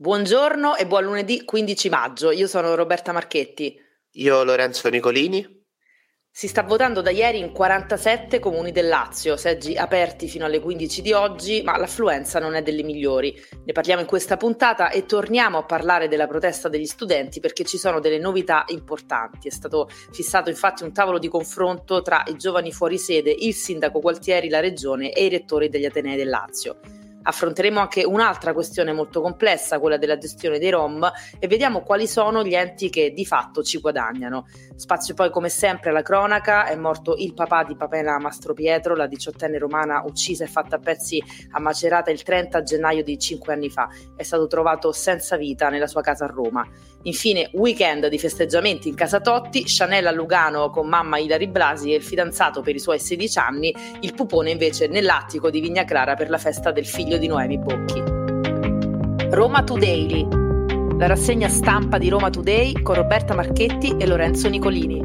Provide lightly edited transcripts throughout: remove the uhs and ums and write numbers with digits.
Buongiorno e buon lunedì 15 maggio. Io sono Roberta Marchetti. Io Lorenzo Nicolini. Si sta votando da ieri in 47 comuni del Lazio, seggi aperti fino alle 15 di oggi, ma l'affluenza non è delle migliori. Ne parliamo in questa puntata e torniamo a parlare della protesta degli studenti perché ci sono delle novità importanti. È stato fissato infatti un tavolo di confronto tra i giovani fuori sede, il sindaco Gualtieri, la regione e i rettori degli Atenei del Lazio. Affronteremo anche un'altra questione molto complessa, quella della gestione dei Rom, e vediamo quali sono gli enti che di fatto ci guadagnano. Spazio poi come sempre alla cronaca. È morto il papà di Pamela Mastropietro, la 18enne romana uccisa e fatta a pezzi a Macerata il 30 gennaio di 5 anni fa. È stato trovato senza vita nella sua casa a Roma. Infine weekend di festeggiamenti in casa Totti, Chanel a Lugano con mamma Ilari Blasi e il fidanzato per i suoi 16 anni, il pupone invece nell'attico di Vigna Clara per la festa del figlio di Noemi Bocchi. Roma Today, la rassegna stampa di Roma Today con Roberta Marchetti e Lorenzo Nicolini.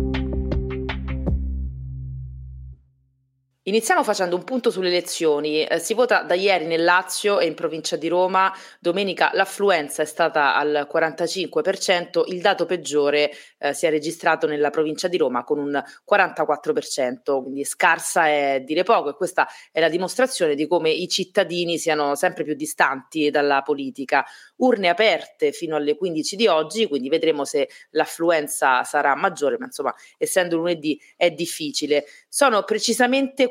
Iniziamo facendo un punto sulle elezioni. Si vota da ieri nel Lazio e in provincia di Roma. Domenica l'affluenza è stata al 45%, il dato peggiore si è registrato nella provincia di Roma con un 44%, quindi scarsa è dire poco, e questa è la dimostrazione di come i cittadini siano sempre più distanti dalla politica. Urne aperte fino alle 15 di oggi, quindi vedremo se l'affluenza sarà maggiore, ma insomma, essendo lunedì è difficile. Sono precisamente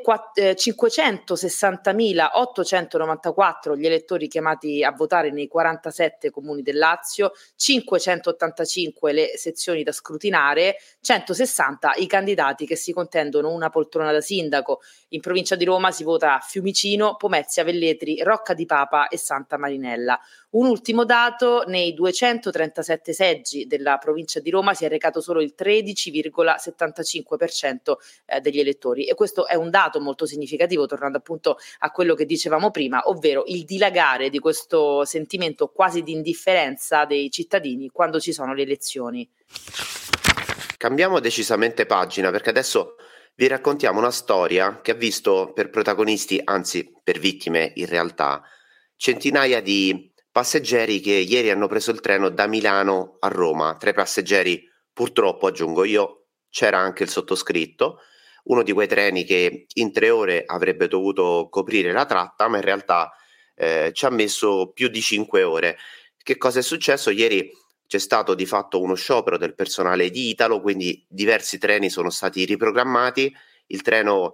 560.894 gli elettori chiamati a votare nei 47 comuni del Lazio, 585 le sezioni da scrutinare, 160 i candidati che si contendono una poltrona da sindaco. In provincia di Roma si vota a Fiumicino, Pomezia, Velletri, Rocca di Papa e Santa Marinella. Un ultimo dato: nei 237 seggi della provincia di Roma si è recato solo il 13,75% degli elettori, e questo è un dato molto significativo, tornando appunto a quello che dicevamo prima, ovvero il dilagare di questo sentimento quasi di indifferenza dei cittadini quando ci sono le elezioni. Cambiamo decisamente pagina, perché adesso vi raccontiamo una storia che ha visto per protagonisti, anzi per vittime in realtà, centinaia di passeggeri che ieri hanno preso il treno da Milano a Roma. Tra i passeggeri, purtroppo aggiungo io, c'era anche il sottoscritto, uno di quei treni che in 3 ore avrebbe dovuto coprire la tratta, ma in realtà ci ha messo più di 5 ore. Che cosa è successo? Ieri c'è stato di fatto uno sciopero del personale di Italo, quindi diversi treni sono stati riprogrammati. Il treno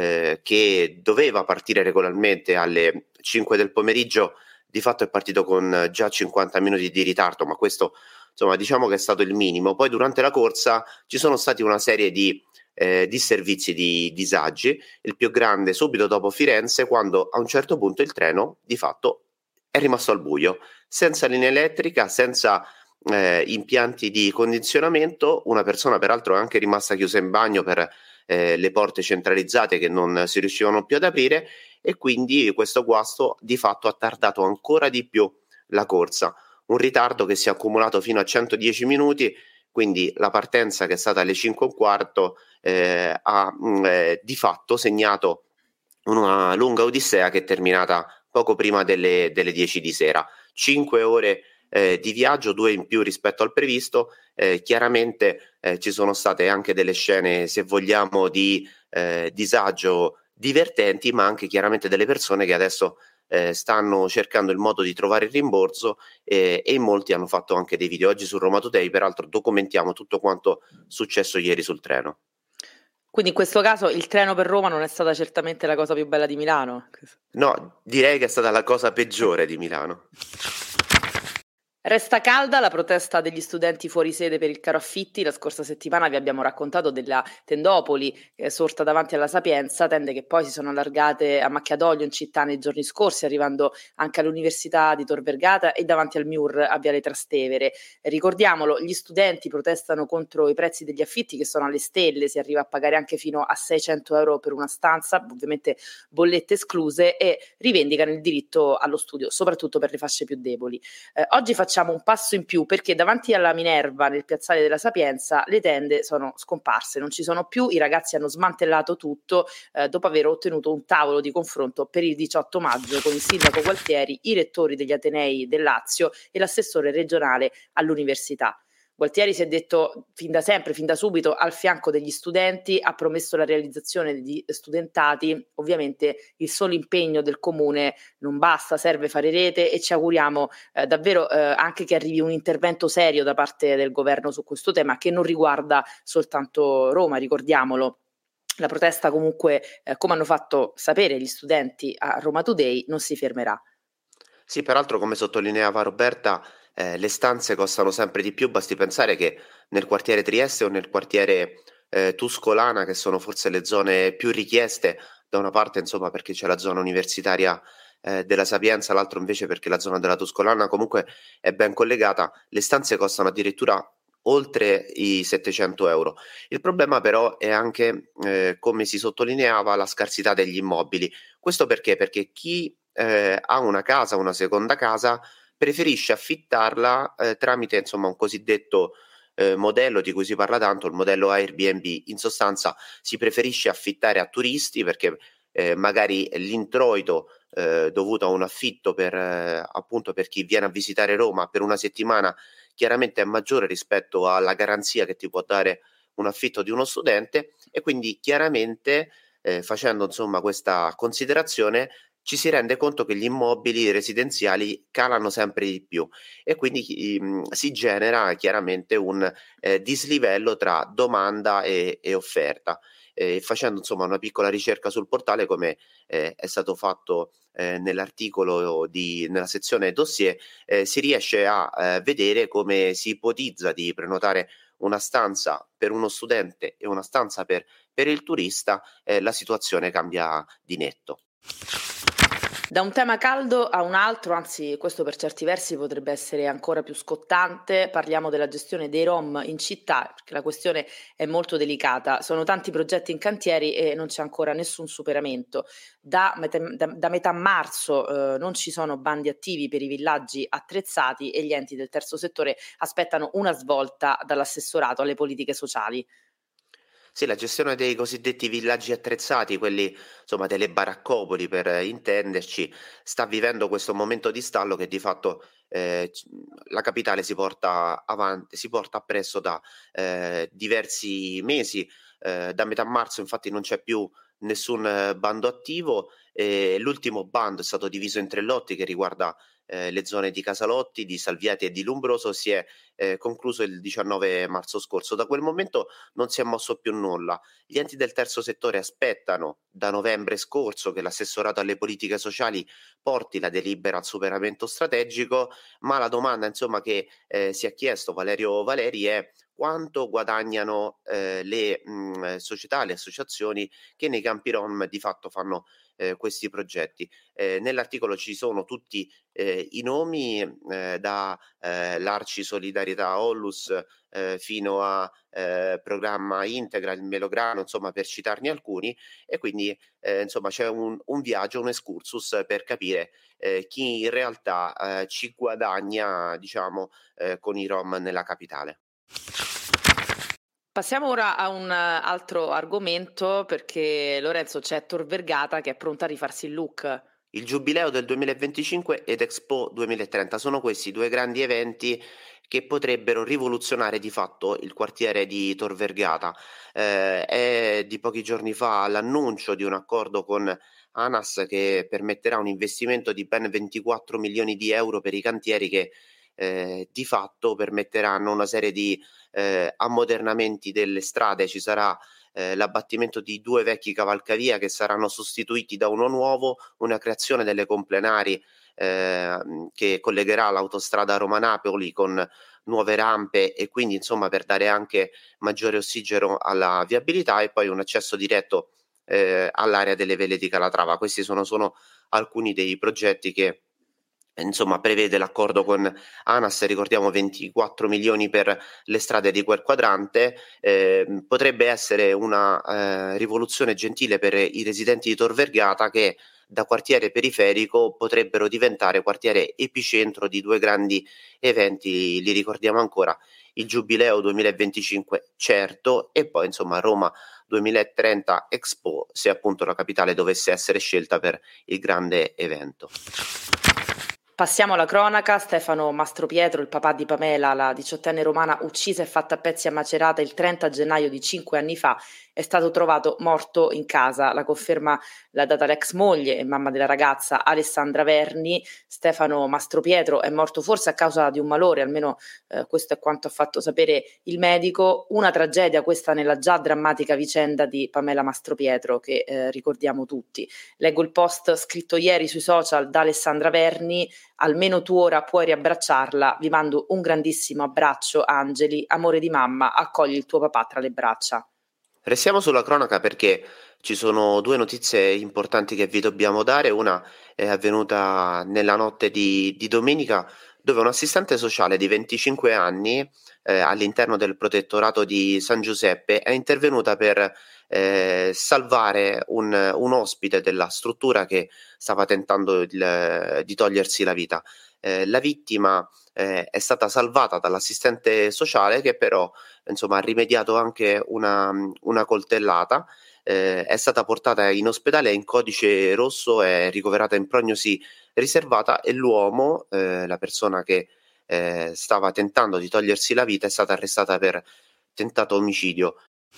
che doveva partire regolarmente alle 5 del pomeriggio di fatto è partito con già 50 minuti di ritardo, ma questo insomma diciamo che è stato il minimo. Poi durante la corsa ci sono stati una serie di disservizi, di disagi, il più grande subito dopo Firenze, quando a un certo punto il treno di fatto è rimasto al buio, senza linea elettrica, senza impianti di condizionamento. Una persona peraltro è anche rimasta chiusa in bagno per le porte centralizzate che non si riuscivano più ad aprire, e quindi questo guasto di fatto ha tardato ancora di più la corsa, un ritardo che si è accumulato fino a 110 minuti, quindi la partenza, che è stata alle 5 e un quarto, ha di fatto segnato una lunga odissea che è terminata poco prima delle 10 di sera. 5 ore di viaggio, 2 in più rispetto al previsto. Chiaramente ci sono state anche delle scene, se vogliamo, di disagio divertenti, ma anche chiaramente delle persone che adesso stanno cercando il modo di trovare il rimborso, e in molti hanno fatto anche dei video. Oggi su Roma Today peraltro documentiamo tutto quanto successo ieri sul treno. Quindi in questo caso il treno per Roma non è stata certamente la cosa più bella di Milano. No, direi che è stata la cosa peggiore di Milano. Resta calda la protesta degli studenti fuori sede per il caro affitti. La scorsa settimana vi abbiamo raccontato della tendopoli sorta davanti alla Sapienza, tende che poi si sono allargate a macchia d'olio in città nei giorni scorsi, arrivando anche all'Università di Tor Vergata e davanti al MIUR a Viale Trastevere. Ricordiamolo, gli studenti protestano contro i prezzi degli affitti che sono alle stelle, si arriva a pagare anche fino a 600 euro per una stanza, ovviamente bollette escluse, e rivendicano il diritto allo studio, soprattutto per le fasce più deboli. Oggi facciamo facciamo un passo in più, perché davanti alla Minerva, nel piazzale della Sapienza, le tende sono scomparse, non ci sono più, i ragazzi hanno smantellato tutto dopo aver ottenuto un tavolo di confronto per il 18 maggio con il sindaco Gualtieri, i rettori degli Atenei del Lazio e l'assessore regionale all'università. Gualtieri si è detto fin da sempre, fin da subito, al fianco degli studenti, ha promesso la realizzazione di studentati. Ovviamente il solo impegno del comune non basta, serve fare rete e ci auguriamo davvero anche che arrivi un intervento serio da parte del governo su questo tema, che non riguarda soltanto Roma, ricordiamolo. La protesta comunque, come hanno fatto sapere gli studenti a Roma Today, non si fermerà. Sì, peraltro, come sottolineava Roberta, le stanze costano sempre di più, basti pensare che nel quartiere Trieste o nel quartiere Tuscolana, che sono forse le zone più richieste, da una parte insomma perché c'è la zona universitaria della Sapienza, l'altro invece perché la zona della Tuscolana comunque è ben collegata, le stanze costano addirittura oltre i 700 euro. Il problema però è anche, come si sottolineava, la scarsità degli immobili. Questo perché? Perché chi ha una casa, una seconda casa, preferisce affittarla tramite insomma un cosiddetto modello di cui si parla tanto, il modello Airbnb. In sostanza si preferisce affittare a turisti perché magari l'introito dovuto a un affitto per appunto per chi viene a visitare Roma per una settimana chiaramente è maggiore rispetto alla garanzia che ti può dare un affitto di uno studente e quindi chiaramente facendo insomma questa considerazione ci si rende conto che gli immobili residenziali calano sempre di più e quindi si genera chiaramente un dislivello tra domanda e offerta. Facendo insomma una piccola ricerca sul portale, come è stato fatto nell'articolo nella sezione dossier, si riesce a vedere come si ipotizza di prenotare una stanza per uno studente e una stanza per il turista, la situazione cambia di netto. Da un tema caldo a un altro, anzi questo per certi versi potrebbe essere ancora più scottante, parliamo della gestione dei Rom in città, perché la questione è molto delicata. Sono tanti progetti in cantieri e non c'è ancora nessun superamento. Da metà marzo non ci sono bandi attivi per i villaggi attrezzati e gli enti del terzo settore aspettano una svolta dall'assessorato alle politiche sociali. Sì, la gestione dei cosiddetti villaggi attrezzati, quelli insomma delle baraccopoli per intenderci, sta vivendo questo momento di stallo che di fatto la capitale si porta appresso da diversi mesi. Da metà marzo infatti non c'è più nessun bando attivo e l'ultimo bando è stato diviso in tre lotti che riguarda le zone di Casalotti, di Salviati e di Lumbroso, si è concluso il 19 marzo scorso. Da quel momento non si è mosso più nulla. Gli enti del terzo settore aspettano da novembre scorso che l'assessorato alle politiche sociali porti la delibera al superamento strategico, ma la domanda insomma che si è chiesto Valerio Valeri è quanto guadagnano le società, le associazioni che nei campi rom di fatto fanno questi progetti. Nell'articolo ci sono tutti i nomi da l'Arci Solidarietà Onlus fino a Programma Integra, il Melograno, insomma per citarne alcuni e quindi insomma c'è un viaggio, un excursus per capire chi in realtà ci guadagna diciamo con i Rom nella capitale. Passiamo ora a un altro argomento perché Lorenzo c'è Tor Vergata che è pronta a rifarsi il look. Il Giubileo del 2025 ed Expo 2030 sono questi due grandi eventi che potrebbero rivoluzionare di fatto il quartiere di Tor Vergata. È di pochi giorni fa l'annuncio di un accordo con ANAS che permetterà un investimento di ben 24 milioni di euro per i cantieri che di fatto permetteranno una serie di ammodernamenti delle strade. Ci sarà l'abbattimento di 2 vecchi cavalcavia che saranno sostituiti da uno nuovo, una creazione delle complenari che collegherà l'autostrada Roma-Napoli con nuove rampe e quindi insomma per dare anche maggiore ossigeno alla viabilità e poi un accesso diretto all'area delle Vele di Calatrava. Questi sono alcuni dei progetti che insomma prevede l'accordo con ANAS, ricordiamo 24 milioni per le strade di quel quadrante, potrebbe essere una rivoluzione gentile per i residenti di Tor Vergata che da quartiere periferico potrebbero diventare quartiere epicentro di due grandi eventi, li ricordiamo ancora, il Giubileo 2025 certo, e poi insomma Roma 2030 Expo, se appunto la capitale dovesse essere scelta per il grande evento. Passiamo alla cronaca. Stefano Mastropietro, il papà di Pamela, la 18enne romana uccisa e fatta a pezzi a Macerata il 30 gennaio di 5 anni fa, è stato trovato morto in casa. La conferma l'ha data l'ex moglie e mamma della ragazza, Alessandra Verni. Stefano Mastropietro è morto forse a causa di un malore, almeno questo è quanto ha fatto sapere il medico. Una tragedia questa nella già drammatica vicenda di Pamela Mastropietro, che ricordiamo tutti. Leggo il post scritto ieri sui social da Alessandra Verni: almeno tu ora puoi riabbracciarla, vi mando un grandissimo abbraccio Angeli, amore di mamma, accogli il tuo papà tra le braccia. Restiamo sulla cronaca perché ci sono due notizie importanti che vi dobbiamo dare. Una è avvenuta nella notte di domenica, dove un assistente sociale di 25 anni all'interno del protettorato di San Giuseppe è intervenuta per salvare un ospite della struttura che stava tentando di togliersi la vita. La vittima è stata salvata dall'assistente sociale, che però insomma ha rimediato anche una coltellata. È stata portata in ospedale in codice rosso, è ricoverata in prognosi riservata, e l'uomo, la persona che stava tentando di togliersi la vita, è stata arrestata per tentato omicidio.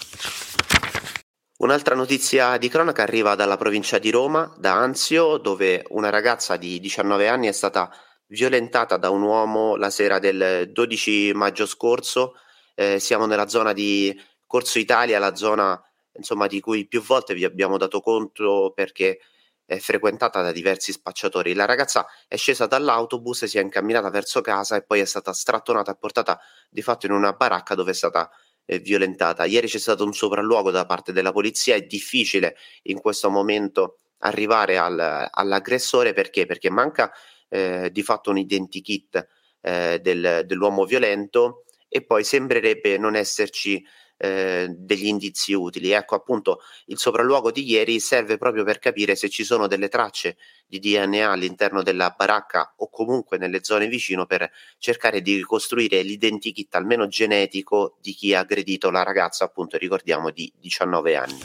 Un'altra notizia di cronaca arriva dalla provincia di Roma, da Anzio, dove una ragazza di 19 anni è stata violentata da un uomo la sera del 12 maggio scorso. Siamo nella zona di Corso Italia, la zona insomma di cui più volte vi abbiamo dato conto perché è frequentata da diversi spacciatori. La ragazza è scesa dall'autobus, si è incamminata verso casa e poi è stata strattonata e portata di fatto in una baracca dove è stata violentata. Ieri c'è stato un sopralluogo da parte della polizia. È difficile in questo momento arrivare all'aggressore perché manca di fatto un identikit dell'uomo violento, e poi sembrerebbe non esserci degli indizi utili. Ecco, appunto, il sopralluogo di ieri serve proprio per capire se ci sono delle tracce di DNA all'interno della baracca o comunque nelle zone vicino, per cercare di ricostruire l'identikit almeno genetico di chi ha aggredito la ragazza, appunto ricordiamo di 19 anni.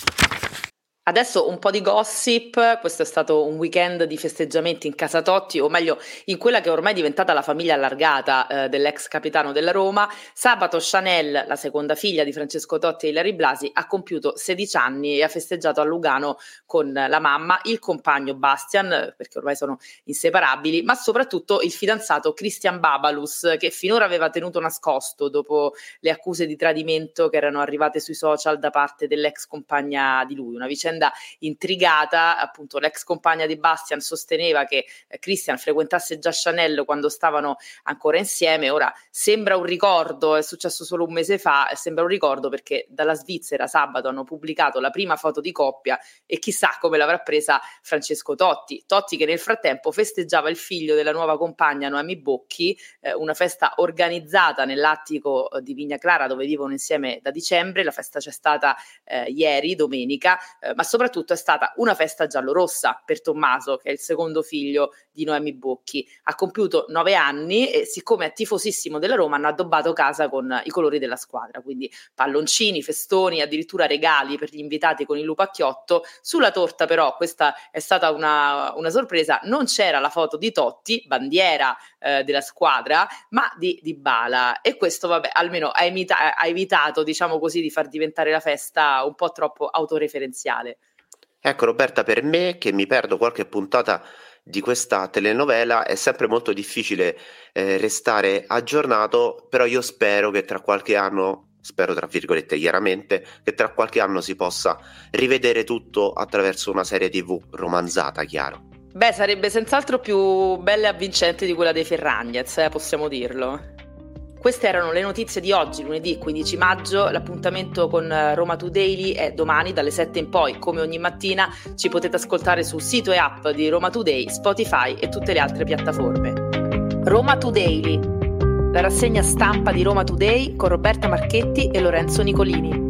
Adesso un po' di gossip. Questo è stato un weekend di festeggiamenti in casa Totti, o meglio in quella che ormai è diventata la famiglia allargata dell'ex capitano della Roma. Sabato Chanel, la seconda figlia di Francesco Totti e Ilary Blasi, ha compiuto 16 anni e ha festeggiato a Lugano con la mamma, il compagno Bastian, perché ormai sono inseparabili, ma soprattutto il fidanzato Christian Babalus, che finora aveva tenuto nascosto dopo le accuse di tradimento che erano arrivate sui social da parte dell'ex compagna di lui. Una vicenda intrigata. Appunto, l'ex compagna di Bastian sosteneva che Christian frequentasse già Chanel quando stavano ancora insieme. Ora sembra un ricordo, è successo solo un mese fa, sembra un ricordo perché dalla Svizzera sabato hanno pubblicato la prima foto di coppia e chissà come l'avrà presa Francesco Totti, che nel frattempo festeggiava il figlio della nuova compagna Noemi Bocchi, una festa organizzata nell'attico di Vigna Clara dove vivono insieme da dicembre. La festa c'è stata ieri, domenica, ma soprattutto è stata una festa giallorossa per Tommaso, che è il secondo figlio di Noemi Bocchi. Ha compiuto 9 anni e, siccome è tifosissimo della Roma, hanno addobbato casa con i colori della squadra, quindi palloncini, festoni, addirittura regali per gli invitati con il lupacchiotto. Sulla torta però, questa è stata una sorpresa, non c'era la foto di Totti, bandiera della squadra, ma di Dybala, e questo vabbè almeno ha evitato, diciamo così, di far diventare la festa un po' troppo autoreferenziale. Ecco Roberta, per me che mi perdo qualche puntata di questa telenovela è sempre molto difficile restare aggiornato, però io spero che tra qualche anno, spero tra virgolette chiaramente, che tra qualche anno si possa rivedere tutto attraverso una serie TV romanzata, chiaro. Beh, sarebbe senz'altro più bella e avvincente di quella dei Ferragnez, possiamo dirlo. Queste erano le notizie di oggi, lunedì 15 maggio. L'appuntamento con Roma Today è domani dalle 7 in poi. Come ogni mattina ci potete ascoltare sul sito e app di Roma Today, Spotify e tutte le altre piattaforme. Roma Today, la rassegna stampa di Roma Today con Roberta Marchetti e Lorenzo Nicolini.